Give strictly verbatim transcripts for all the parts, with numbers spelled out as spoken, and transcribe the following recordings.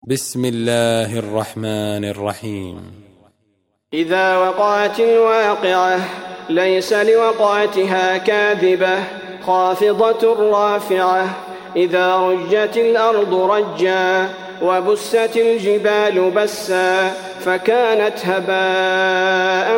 بسم الله الرحمن الرحيم. إذا وقعت الواقعة ليس لوقعتها كاذبة خافضة رافعة. إذا رجت الأرض رجا وبست الجبال بسا فكانت هباء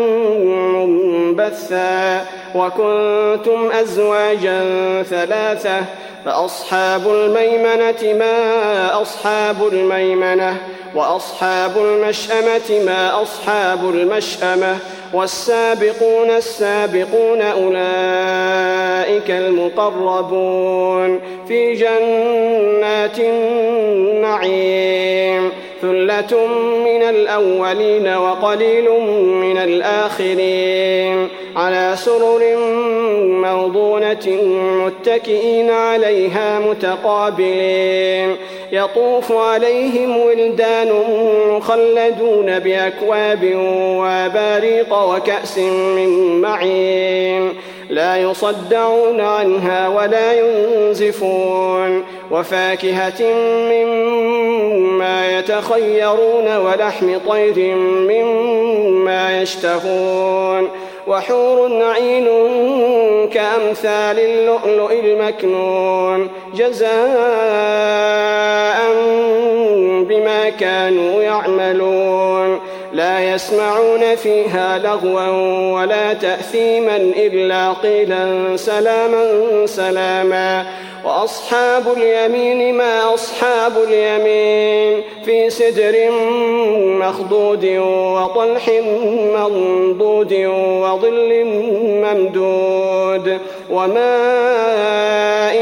منبثا وكنتم أزواجا ثلاثة فأصحاب الميمنة ما أصحاب الميمنة وأصحاب المشأمة ما أصحاب المشأمة والسابقون السابقون أولئك المقربون في جنات النعيم. ثلة من الأولين وقليل من الآخرين على سرر موضونة متكئين عليها متقابلين يطوف عليهم ولدان مخلدون بأكواب وأباريق وكأس من معين لا يصدعون عنها ولا ينزفون وفاكهة مما يتخيرون ولحم طير مما يشتهون وحور عين كأمثال اللؤلؤ المكنون جزاء بما كانوا يعملون. لا يسمعون فيها لغوا ولا تأثيما إلا قيلا سلاما سلاما. وأصحاب اليمين ما أصحاب اليمين في سدر مخضود وطلح منضود وظل ممدود وماء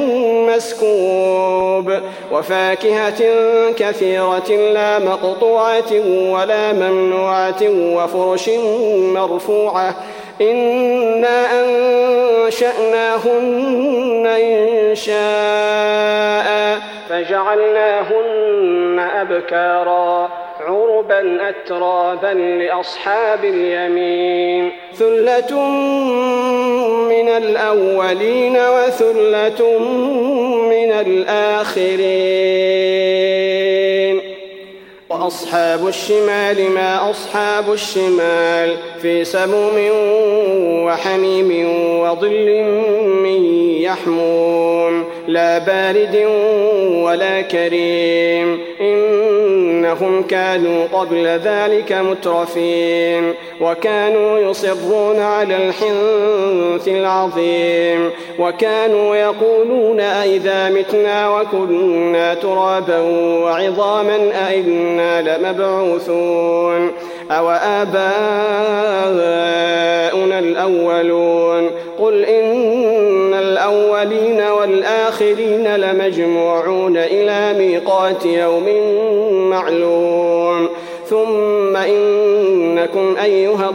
مسكوب وفاكهة كثيرة لا مقطوعة ولا ممنوعة وفرش مرفوعة. إنا أنشأناهن إنشاء فجعلناهن أبكارا عربا أترابا لأصحاب اليمين. ثلة من الأولين وثلة من الآخرين. وأصحاب الشمال ما أصحاب الشمال في سموم وحميم وظل من يحموم لا بارد ولا كريم إنهم كانوا قبل ذلك مترفين وكانوا يصرون على الحنث العظيم وكانوا يقولون أئذا متنا وكنا ترابا وعظاما أئنا لمبعوثون أو آباؤنا الأولون. قل إن الأولين والآخرين لمجموعون إلى ميقات يوم معلوم. ثم إنكم أيها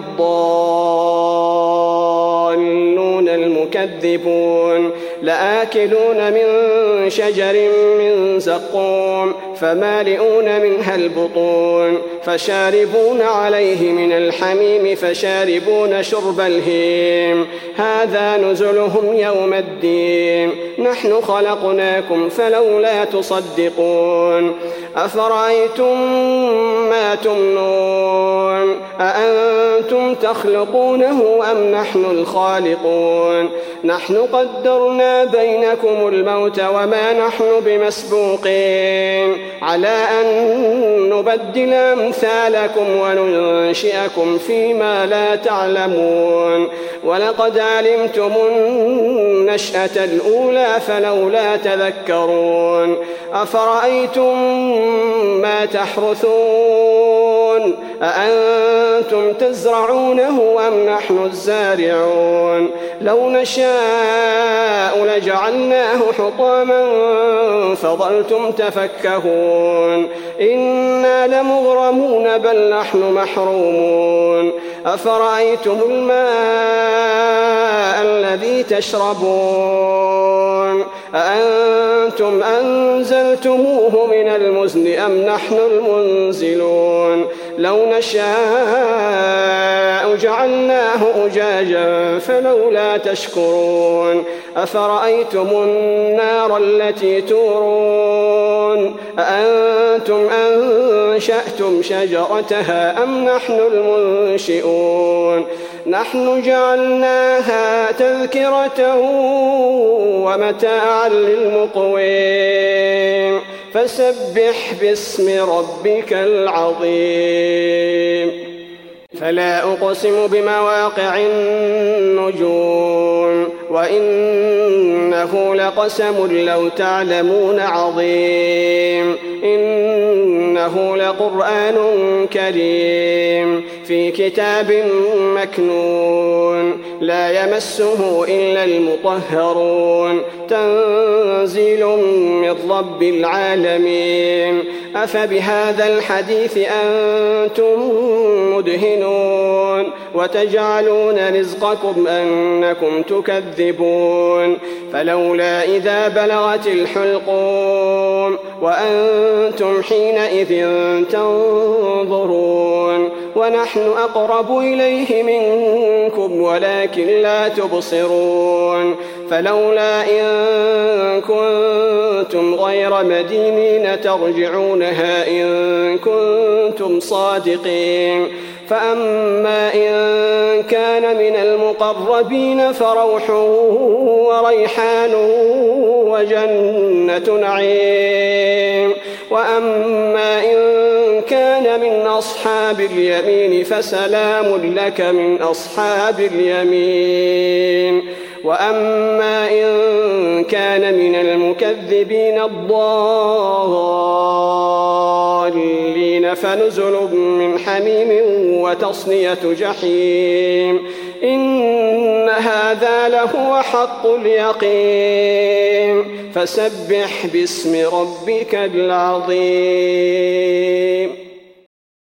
الضالون المكذبون لآكلون من شجر من زقوم فمالئون منها البطون فشاربون عليه من الحميم فشاربون شرب الهيم. هذا نزلهم يوم الدين نحن خلقناكم فلولا تصدقون. أفرأيتم ما تمنون أأنتم تخلقونه أم نحن الخالقون. نحن قدرنا بينكم الموت وما نحن بمسبوقين على أن نبدل أمثالكم وننشئكم فيما لا تعلمون. ولقد علمتم النشأة الأولى فلولا تذكرون. أفرأيتم ما تحرثون أأنتم تزرعونه أم نحن الزارعون. لو نشاء لجعلناه حطاما فظلتم تفكهون. إنا لمغرمون بل نحن محرومون. أفرأيتم الماء الذي تشربون أأنتم أنزلتموه من المزن أم نحن المنزلون لو نشاء جعلناه أجاجا فلولا تشكرون أفرأيتم النار التي تورون أأنتم أنشأتم شجرتها أم نحن المنشئون نحن جعلناها تذكرة ومتاعا للمقوين فسبح باسم ربك العظيم فلا أقسم بمواقع النجوم وإنه لقسم لو تعلمون عظيم إنه لقرآن كريم في كتاب مكنون لا يمسه إلا المطهرون تنزيل من رب العالمين أفبهذا الحديث أنتم مدهنون وتجعلون رزقكم أنكم تكذبون فلولا إذا بلغت الحلقوم وأنتم حينئذ تنظرون ونحن أقرب إليه منكم ولكن لا تبصرون فلولا إن كنتم غير مدينين ترجعونها إن كنتم صادقين فأما إن كان من المقربين فروح وريحان وجنة نعيم وأما إن كان من أصحاب اليمين فسلام لك من أصحاب اليمين وأما إن كان من المكذبين الضالين فنزل من حميم وتصلية جحيم إن هذا لهو حق اليقين فسبح باسم ربك العظيم